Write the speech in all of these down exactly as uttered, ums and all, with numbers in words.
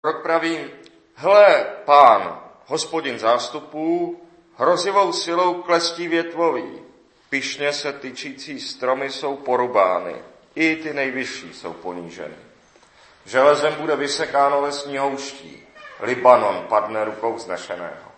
Prorok praví, hle, Pán, Hospodin zástupů, hrozivou silou klestí větvový, pyšně se tyčící stromy jsou porubány, i ty nejvyšší jsou poníženy. Železem bude vysekáno lesní houští, Libanon padne rukou vznešeného.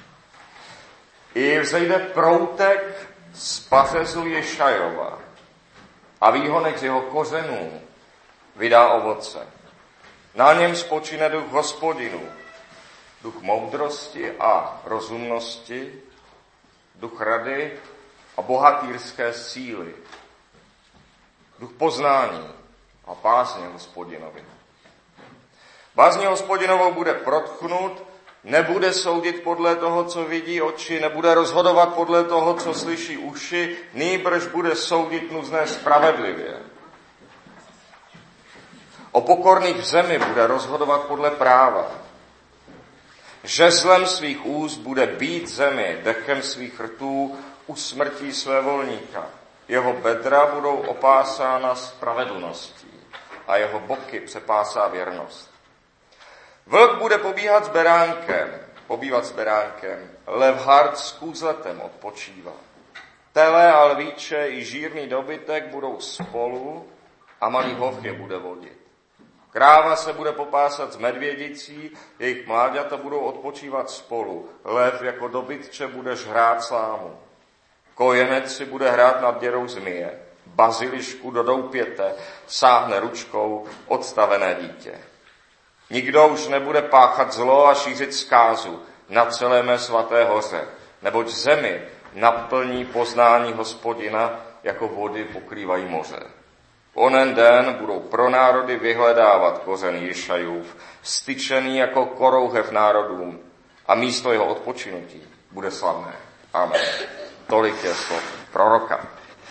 I vzejde proutek z pařezu Ješajova a výhonek z jeho kořenů vydá ovoce. Na něm spočine duch Hospodinu, duch moudrosti a rozumnosti, duch rady a bohatýrské síly, duch poznání a bázně Hospodinovi. Bázně Hospodinovou bude protchnut, nebude soudit podle toho, co vidí oči, nebude rozhodovat podle toho, co slyší uši, nýbrž bude soudit nuzné spravedlivě. O pokorných v zemi bude rozhodovat podle práva. Žezlem svých úst bude bít zemi, dechem svých rtů usmrtí své volníka. Jeho bedra budou opásána spravedlností a jeho boky přepásá věrnost. Vlk bude pobíhat s beránkem, pobývat s beránkem, levhart s kůzletem odpočívá. Tele a lvíče i žírný dobytek budou spolu a malý hoch je bude vodit. Kráva se bude popásat s medvědicí, jejich mláďata budou odpočívat spolu. Lev jako dobytče bude žrát slámu. Kojenec si bude hrát nad děrou zmije. Bazilišku do doupěte sáhne ručkou odstavené dítě. Nikdo už nebude páchat zlo a šířit zkázu na celé mé svaté hoře, neboť zemi naplní poznání Hospodina, jako vody pokrývají moře. V onen den budou pro národy vyhledávat kořen Ješajův, styčený jako korouhev národům, a místo jeho odpočinutí bude slavné. Amen. Tolik je slov proroka.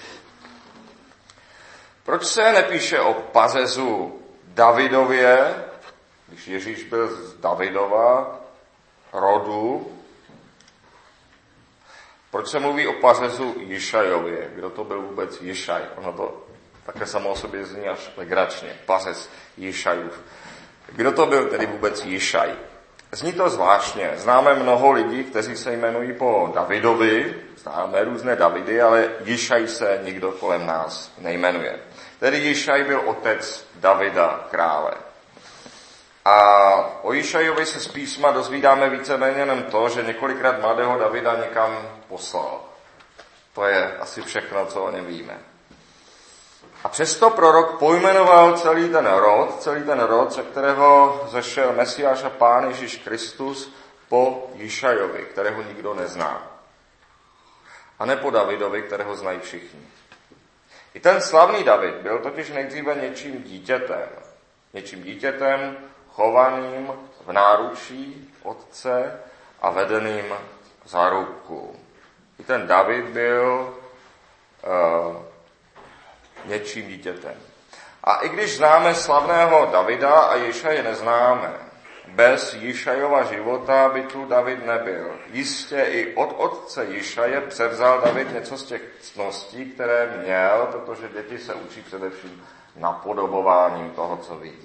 Proč se nepíše o pařezu Davidově, když Ježíš byl z Davidova rodu? Proč se mluví o pařezu Ješajově? Kdo to byl vůbec Ješaj? Ono to také samo o sobě zní až legračně. Pařez Ješajův. Kdo to byl tedy vůbec Ješaj? Zní to zvláštně. Známe mnoho lidí, kteří se jmenují po Davidovi, známe různé Davidy, ale Ješaj se nikdo kolem nás nejmenuje. Tedy Ješaj byl otec Davida krále. A o Ješajovi se z písma dozvídáme víceméně jenom to, že několikrát mladého Davida někam poslal. To je asi všechno, co o něm víme. A přesto prorok pojmenoval celý ten rod, celý ten rod, ze kterého zešel Mesiáš a Pán Ježíš Kristus, po Ješajovi, kterého nikdo nezná. A ne po Davidovi, kterého znají všichni. I ten slavný David byl totiž nejdříve něčím dítětem. Něčím dítětem, chovaným v náručí otce a vedeným za ruku. I ten David byl uh, něčím dítětem. A i když známe slavného Davida a Ješaje neznáme, bez Ješajova života by tu David nebyl. Jistě i od otce Ješaje převzal David něco z těch ctností, které měl, protože děti se učí především napodobováním toho, co vidí.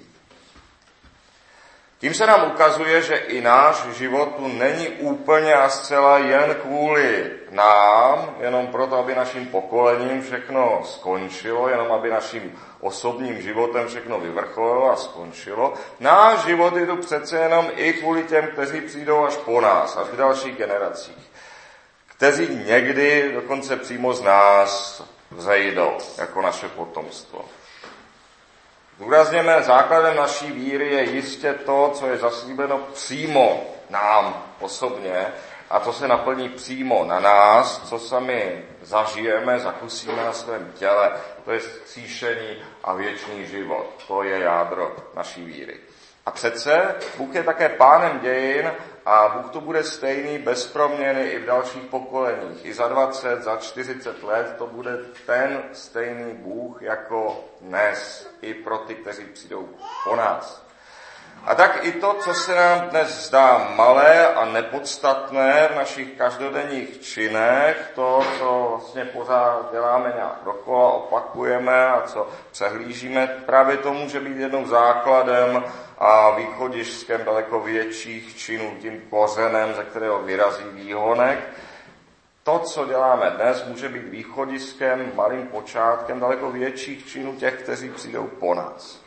Tím se nám ukazuje, že i náš život tu není úplně a zcela jen kvůli nám, jenom proto, aby naším pokolením všechno skončilo, jenom aby naším osobním životem všechno vyvrcholilo a skončilo. Náš život je tu přece jenom i kvůli těm, kteří přijdou až po nás, až v dalších generacích. Kteří někdy dokonce přímo z nás vzejdou jako naše potomstvo. Zdůrazněme, základem naší víry je jistě to, co je zaslíbeno přímo nám osobně a to se naplní přímo na nás, co sami zažijeme, zakusíme na svém těle, to je vzkříšení a věčný život. To je jádro naší víry. A přece Bůh je také pánem dějin a Bůh to bude stejný bez proměny i v dalších pokoleních. I za dvacet, za čtyřicet let to bude ten stejný Bůh jako dnes i pro ty, kteří přijdou po nás. A tak i to, co se nám dnes zdá malé a nepodstatné v našich každodenních činech, to, co vlastně pořád děláme nějak dokola, opakujeme a co přehlížíme, právě to může být jednou základem a východiskem daleko větších činů, tím kořenem, ze kterého vyrazí výhonek. To, co děláme dnes, může být východiskem, malým počátkem daleko větších činů těch, kteří přijdou po nás.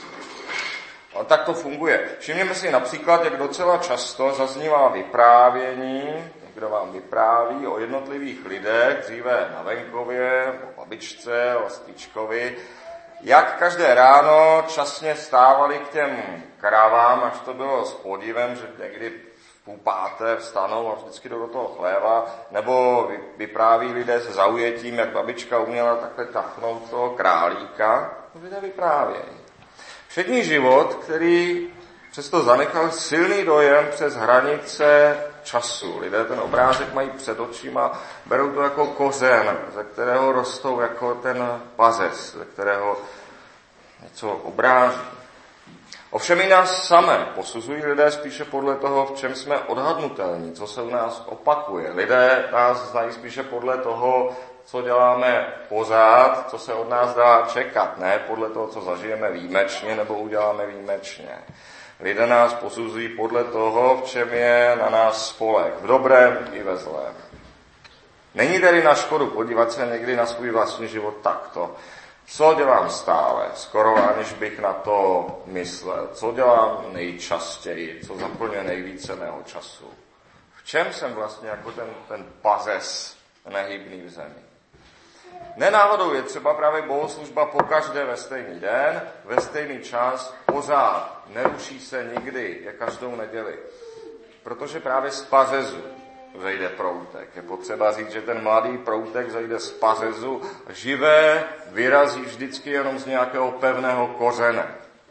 A tak to funguje. Všimněme si například, jak docela často zaznívá vyprávění, někdo vám vypráví o jednotlivých lidech, dříve na venkově, o babičce, o strýčkovi, jak každé ráno časně stávali k těm kravám, až to bylo s podivem, že někdy v půl páté vstanou a vždycky jdou do toho chléva, nebo vypráví lidé se zaujetím, jak babička uměla takhle tachnout toho králíka. Lidé vyprávějí. Všední život, který přesto zanechal silný dojem přes hranice času. Lidé ten obrázek mají před očima, berou to jako kořen, ze kterého rostou jako ten pazes, ze kterého něco obráží. Ovšem i nás samé posuzují lidé spíše podle toho, v čem jsme odhadnutelní, co se u nás opakuje. Lidé nás znají spíše podle toho, co děláme pořád, co se od nás dá čekat, ne podle toho, co zažijeme výjimečně nebo uděláme výjimečně. Lidé nás posuzují podle toho, v čem je na nás spolek, v dobrém i ve zlém. Není tedy na škodu podívat se někdy na svůj vlastní život takto. Co dělám stále, skoro aniž bych na to myslel? Co dělám nejčastěji? Co zaplňuje nejvíce mého času? V čem jsem vlastně jako ten, ten pazes nehybný v zemi? Nenáhodou je třeba právě bohoslužba pokaždé ve stejný den, ve stejný čas, pořád, neruší se nikdy, je každou neděli. Protože právě z pařezu vzejde proutek. Je potřeba říct, že ten mladý proutek vzejde z pařezu, živé vyrazí vždycky jenom z nějakého pevného kořene.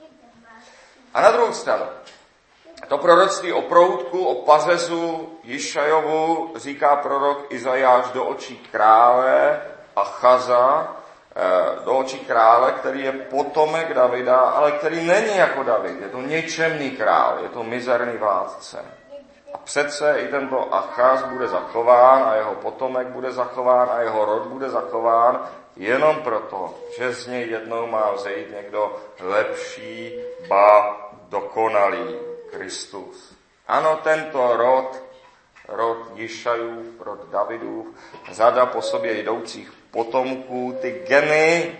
A na druhou stranu, to proroctví o proutku, o pařezu Jišajovu říká prorok Izajáš do očí krále Achaza, do očí krále, který je potomek Davida, ale který není jako David. Je to ničemný král, je to mizerný vládce. A přece i tento Achaz bude zachován a jeho potomek bude zachován a jeho rod bude zachován jenom proto, že z něj jednou má vzejít někdo lepší, ba dokonalý, Kristus. Ano, tento rod, rod Jišajův, rod Davidův, řada po sobě jdoucích potomků, ty geny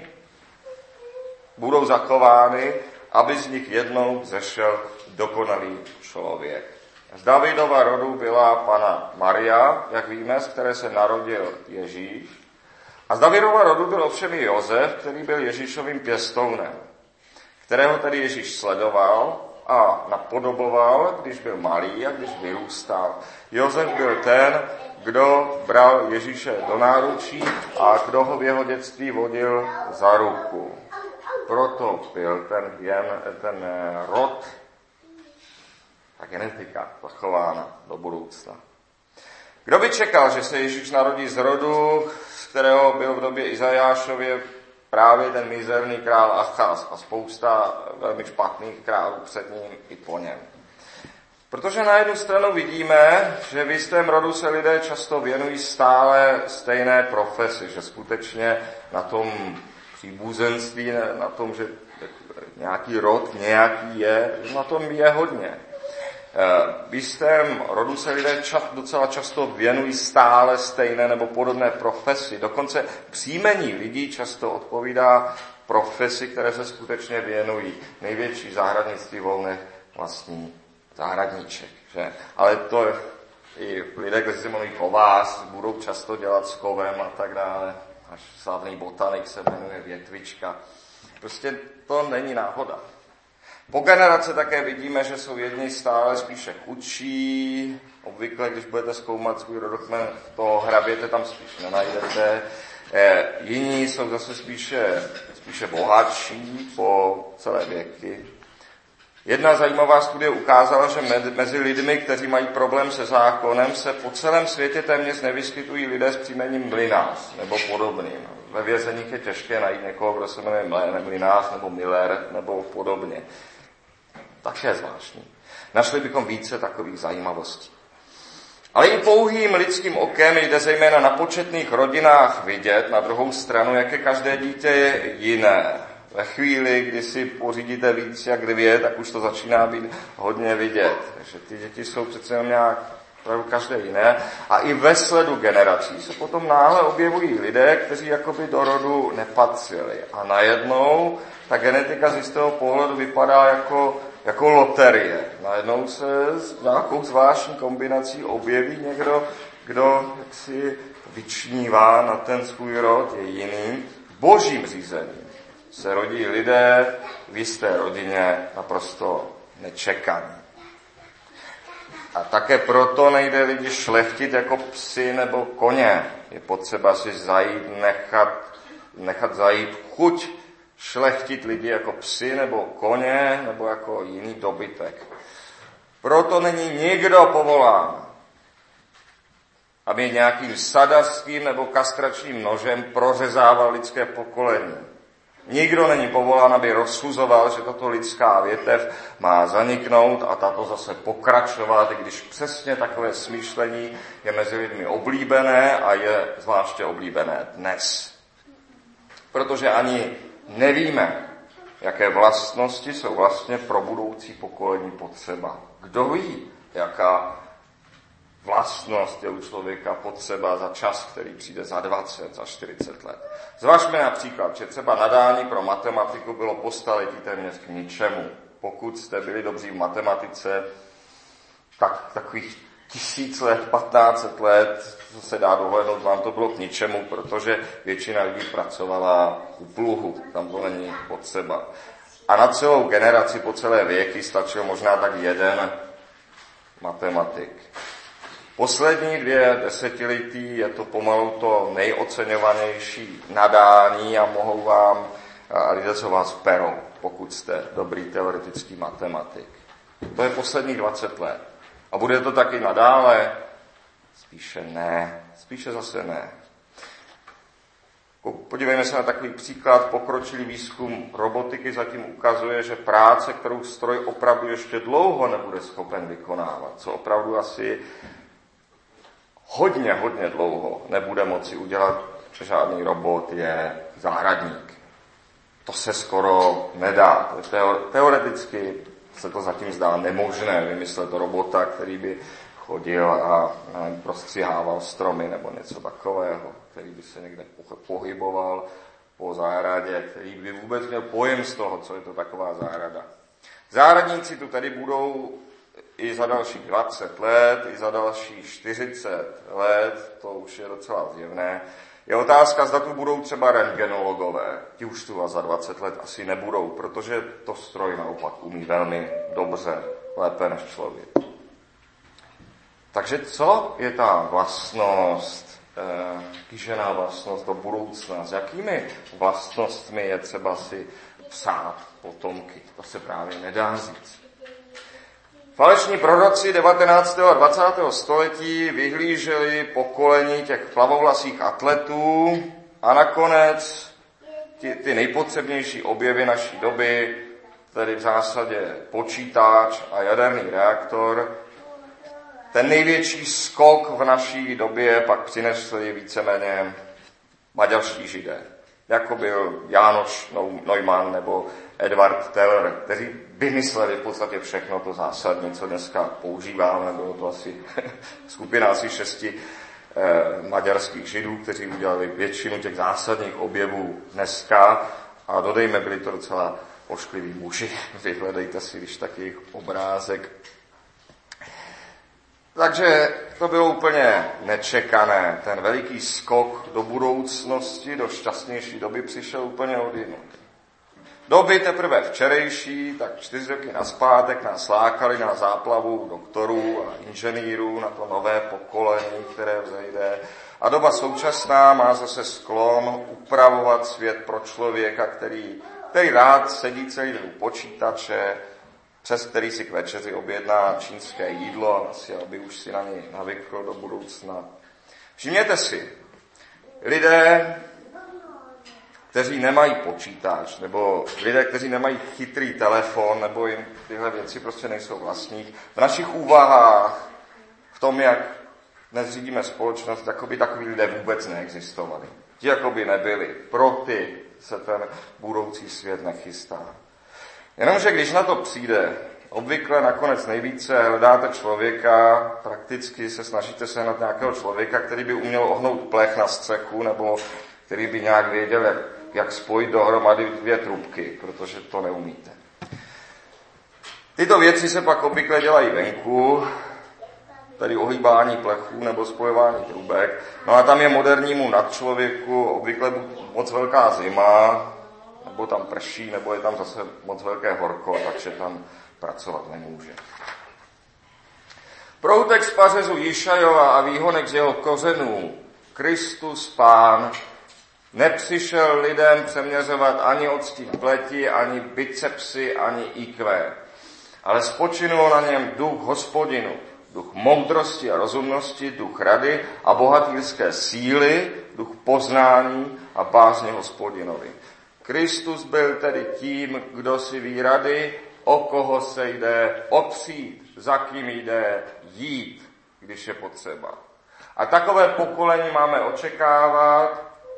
budou zachovány, aby z nich jednou zešel dokonalý člověk. Z Davidova rodu byla Panna Maria, jak víme, z které se narodil Ježíš. A z Davidova rodu byl ovšem i Josef, který byl Ježíšovým pěstounem, kterého tedy Ježíš sledoval a napodoboval, když byl malý a když vyrůstal. Josef byl ten, kdo bral Ježíše do náručí a kdo ho v jeho dětství vodil za ruku. Proto byl ten, jen, ten rod, ta genetika zachována do budoucna. Kdo by čekal, že se Ježíš narodí z rodu, z kterého byl v době Izajášově právě ten mizerný král Achaz a spousta velmi špatných králů před ním i po něm. Protože na jednu stranu vidíme, že v jistém rodu se lidé často věnují stále stejné profesi, že skutečně na tom příbuzenství, na tom, že nějaký rod nějaký je, že na tom je hodně. V jistém rodu se lidé čas, docela často věnují stále stejné nebo podobné profesi. Dokonce příjmení lidí často odpovídá profesi, které se skutečně věnují. Největší zahradnictví volných vlastní zahradníček. Že? Ale to i lidé, kteří se jmenují kovář, budou často dělat s kovem a tak dále. Až slavný botanik se jmenuje Větvička. Prostě to není náhoda. Po generace také vidíme, že jsou jedni stále spíše chudší. Obvykle, když budete zkoumat svůj rodokmen, to hraběte tam spíš nenajdete. E, jiní jsou zase spíše, spíše bohatší po celé věky. Jedna zajímavá studie ukázala, že mezi lidmi, kteří mají problém se zákonem, se po celém světě téměř nevyskytují lidé s příjmením Mlynář nebo podobným. Ve vězeních je těžké najít někoho, kdo se jmenuje Mlynář nebo Miller nebo podobně. Také zvláštní. Našli bychom více takových zajímavostí. Ale i pouhým lidským okem jde zejména na početných rodinách vidět na druhou stranu, jak je každé dítě jiné. Ve chvíli, kdy si pořídíte víc jak dvě, tak už to začíná být hodně vidět. Takže ty děti jsou přece jenom nějak opravdu každé jiné. A i ve sledu generací se potom náhle objevují lidé, kteří jakoby do rodu nepatřili. A najednou ta genetika z jistého pohledu vypadá jako, jako loterie. Najednou se s nějakou zvláštní kombinací objeví někdo, kdo jaksi vyčnívá na ten svůj rod, je jiný. Božím řízením se rodí lidé v jisté rodině naprosto nečekaní. A také proto nejde lidi šlechtit jako psy nebo koně. Je potřeba si zajít, nechat, nechat zajít chuť šlechtit lidi jako psy nebo koně nebo jako jiný dobytek. Proto není nikdo povolán, aby nějakým sadařským nebo kastračním nožem prořezával lidské pokolení. Nikdo není povolán, aby rozsuzoval, že tato lidská větev má zaniknout a tato zase pokračovat, i když přesně takové smýšlení je mezi lidmi oblíbené a je zvláště oblíbené dnes. Protože ani nevíme, jaké vlastnosti jsou vlastně pro budoucí pokolení potřeba. Kdo ví, jaká vlastnost je u člověka potřeba za čas, který přijde za dvacet, za čtyřicet let. Zvažme například, že třeba nadání pro matematiku bylo po staletí téměř k ničemu. Pokud jste byli dobří v matematice, tak takových tisíc let, patnáct let, co se dá dohlednout, vám to bylo k ničemu, protože většina lidí pracovala u pluhu, tam to není potřeba. A na celou generaci, po celé věky stačil možná tak jeden matematik. Poslední dvě desetiletí je to pomalu to nejoceňovanější nadání a mohou vám lidé co vás perou, pokud jste dobrý teoretický matematik. To je posledních dvacet let. A bude to taky nadále? Spíše ne. Spíše zase ne. Podívejme se na takový příklad. Pokročilý výzkum robotiky zatím ukazuje, že práce, kterou stroj opravdu ještě dlouho nebude schopen vykonávat, co opravdu asi hodně, hodně dlouho nebude moci udělat žádný robot, je zahradník. To se skoro nedá. Teoreticky se to zatím zdá nemožné vymyslet robota, který by chodil a prostřihával stromy nebo něco takového, který by se někde pohyboval po zahradě, který by vůbec měl pojem z toho, co je to taková zahrada. Zahradníci tu tady budou i za dalších dvacet let, i za dalších čtyřicet let, to už je docela zjevné. Je otázka, zda tu budou třeba rentgenologové. Ti už tu za dvacet let asi nebudou, protože to stroj naopak umí velmi dobře, lépe než člověk. Takže co je ta vlastnost, eh, kýžená vlastnost do budoucna? S jakými vlastnostmi je třeba si psát potomky? To se právě nedá říct. Falešní proroci devatenáctého a dvacátého století vyhlíželi pokolení těch plavovlasých atletů a nakonec ty, ty nejpotřebnější objevy naší doby, tedy v zásadě počítač a jaderný reaktor, ten největší skok v naší době pak přinesli víceméně maďarští židé, jako byl Jánoš Neumann nebo Edward Teller, kteří vymysleli v podstatě všechno to zásadní, co dneska používáme. Bylo to asi skupina asi šesti eh, maďarských židů, kteří udělali většinu těch zásadních objevů dneska. A dodejme, byli to docela oškliví muži. Vyhledejte si, když taky jejich obrázek. Takže to bylo úplně nečekané. Ten veliký skok do budoucnosti, do šťastnější doby přišel úplně odjinud. Doby teprve včerejší, tak čtyři roky nazpátek nás lákali na záplavu doktorů a inženýrů, na to nové pokolení, které vzejde. A doba současná má zase sklon upravovat svět pro člověka, který, který rád sedí celý den u počítače, přes který si k večeři objedná čínské jídlo, asi aby už si na něj navykl do budoucna. Všimněte si, lidé, kteří nemají počítač, nebo lidé, kteří nemají chytrý telefon, nebo jim tyhle věci prostě nejsou vlastní, v našich úvahách, v tom, jak dnes řídíme společnost, jako by takový lidé vůbec neexistovali. Ti jako by nebyli. Pro ty se ten budoucí svět nechystá. Jenomže když na to přijde, obvykle nakonec nejvíce hledáte člověka, prakticky se snažíte sehnat nějakého člověka, který by uměl ohnout plech na střechu, nebo který by nějak věděl, jak, jak spojit dohromady dvě trubky, protože to neumíte. Tyto věci se pak obvykle dělají venku, tedy ohýbání plechů nebo spojování trubek. No a tam je modernímu nadčlověku obvykle moc velká zima, nebo tam prší, nebo je tam zase moc velké horko, takže tam pracovat nemůže. Proutek z pařezu Jišajova a výhonek z jeho kořenů, Kristus Pán, nepřišel lidem přeměřovat ani odstín pleti, ani bicepsy, ani ikvé, ale spočinul na něm duch Hospodinu, duch moudrosti a rozumnosti, duch rady a bohatýrské síly, duch poznání a bázně Hospodinovi. Kristus byl tedy tím, kdo si ví rady, o koho se jde opřít, za kým jde jít, když je potřeba. A takové pokolení máme očekávat,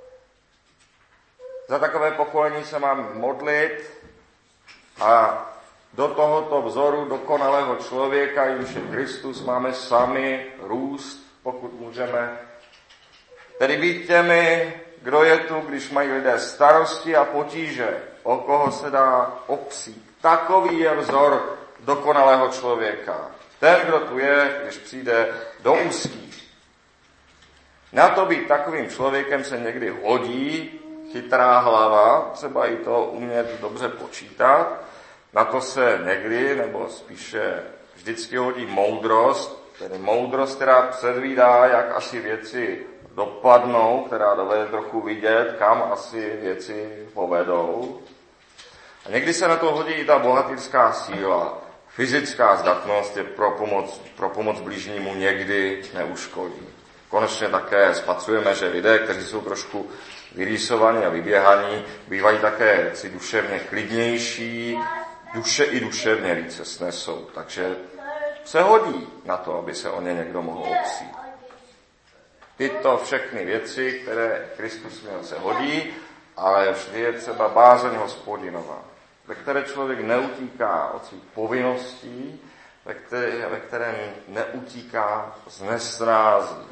za takové pokolení se máme modlit a do tohoto vzoru dokonalého člověka, jimž je Kristus, máme sami růst, pokud můžeme. Tedy být těmi, kdo je tu, když mají lidé starosti a potíže, o koho se dá opřít. Takový je vzor dokonalého člověka. Ten, kdo tu je, když přijde do ústí. Na to být takovým člověkem se někdy hodí chytrá hlava, třeba i to umět dobře počítat. Na to se někdy, nebo spíše vždycky hodí moudrost, tedy moudrost, která předvídá, jak asi věci dopadnou, která dovede trochu vidět, kam asi věci povedou. A někdy se na to hodí i ta bohatýrská síla. Fyzická zdatnost je pro pomoc, pro pomoc bližnímu někdy neuškodí. Konečně také spatřujeme, že lidé, kteří jsou trošku vyrýsovaní a vyběhaní, bývají také si duševně klidnější, duše i duševně více snesou. Takže se hodí na to, aby se o ně někdo mohl opřít. Tyto všechny věci, které Kristus měl, se hodí, ale vždy je třeba bázeň Hospodinova, ve které člověk neutíká od svých povinností, ve které, ve které neutíká z nesrází.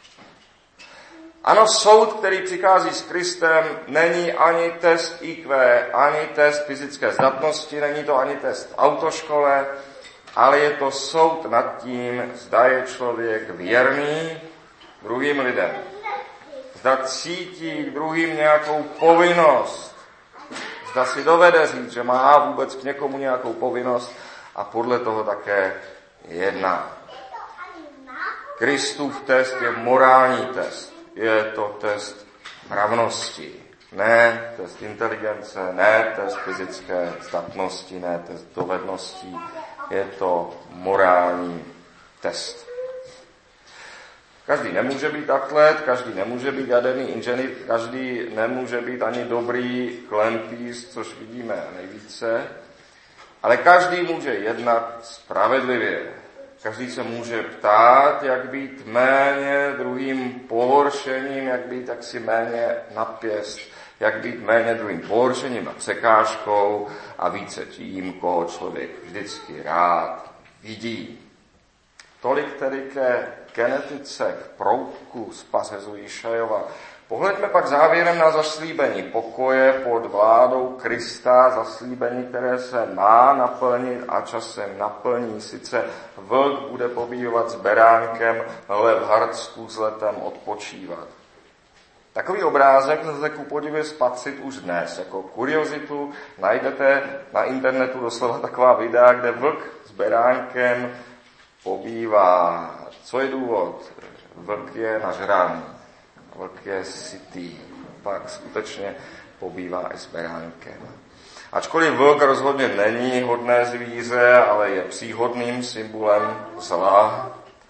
Ano, soud, který přichází s Kristem, není ani test í kvé, ani test fyzické zdatnosti, není to ani test v autoškole, ale je to soud nad tím, zda je člověk věrný druhým lidem. Zda cítí k druhým nějakou povinnost. Zda si dovede říct, že má vůbec k někomu nějakou povinnost a podle toho také jedná. Kristův test je morální test. Je to test mravnosti. Ne test inteligence, ne test fyzické zdatnosti, ne test dovedností. Je to morální test. Každý nemůže být atlet, každý nemůže být jaderný inženýr, každý nemůže být ani dobrý klempíř, což vidíme nejvíce, ale každý může jednat spravedlivě. Každý se může ptát, jak být méně druhým pohoršením, jak být taksi méně napěst, jak být méně druhým pohoršením a překážkou a více tím, koho člověk vždycky rád vidí. Tolik tedy ke genetice, k proutku z pařezu Jišajova. Pohleďme pak závěrem na zaslíbení pokoje pod vládou Krista, zaslíbení, které se má naplnit a časem naplní. Sice vlk bude pobývat s beránkem, ale v Hardsku s letem odpočívat. Takový obrázek lze ku podivu spatřit už dnes. Jako kuriozitu najdete na internetu doslova taková videa, kde vlk s beránkem pobývá. Co je důvod? Vlk je nažraný. Vlk je sytý. Pak skutečně pobývá i s beránkem. Ačkoliv vlk rozhodně není hodné zvíře, ale je příhodným symbolem zla,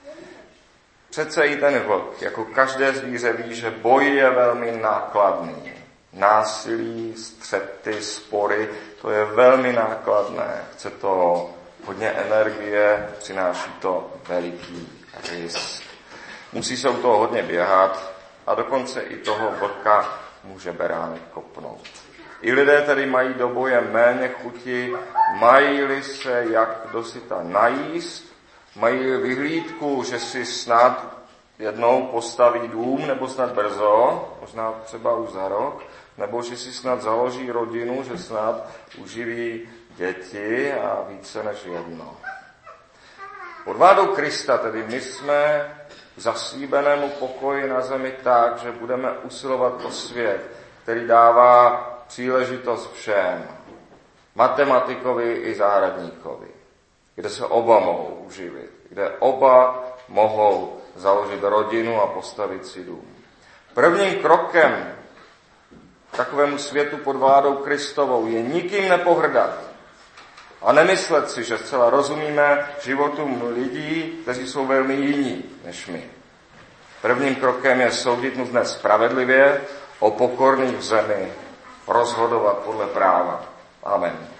přece i ten vlk, jako každé zvíře, ví, že boj je velmi nákladný. Násilí, střety, spory, to je velmi nákladné. Chce to hodně energie, přináší to veliký risk. Musí se u toho hodně běhat a dokonce i toho vlka může beránek kopnout. I lidé tedy mají do boje méně chuti, mají-li se jak dosyta najíst, mají vyhlídku, že si snad jednou postaví dům, nebo snad brzo, možná třeba už za rok, nebo že si snad založí rodinu, že snad uživí děti a více než jedno. Pod vládou Krista tedy my jsme k zaslíbenému pokoji na zemi tak, že budeme usilovat o svět, který dává příležitost všem, matematikovi i zahradníkovi, kde se oba mohou uživit, kde oba mohou založit rodinu a postavit si dům. Prvním krokem k takovému světu pod vládou Kristovou je nikým nepohrdat a nemyslet si, že zcela rozumíme životům lidí, kteří jsou velmi jiní než my. Prvním krokem je soudit nutné spravedlivě, o pokorných v zemi rozhodovat podle práva. Amen.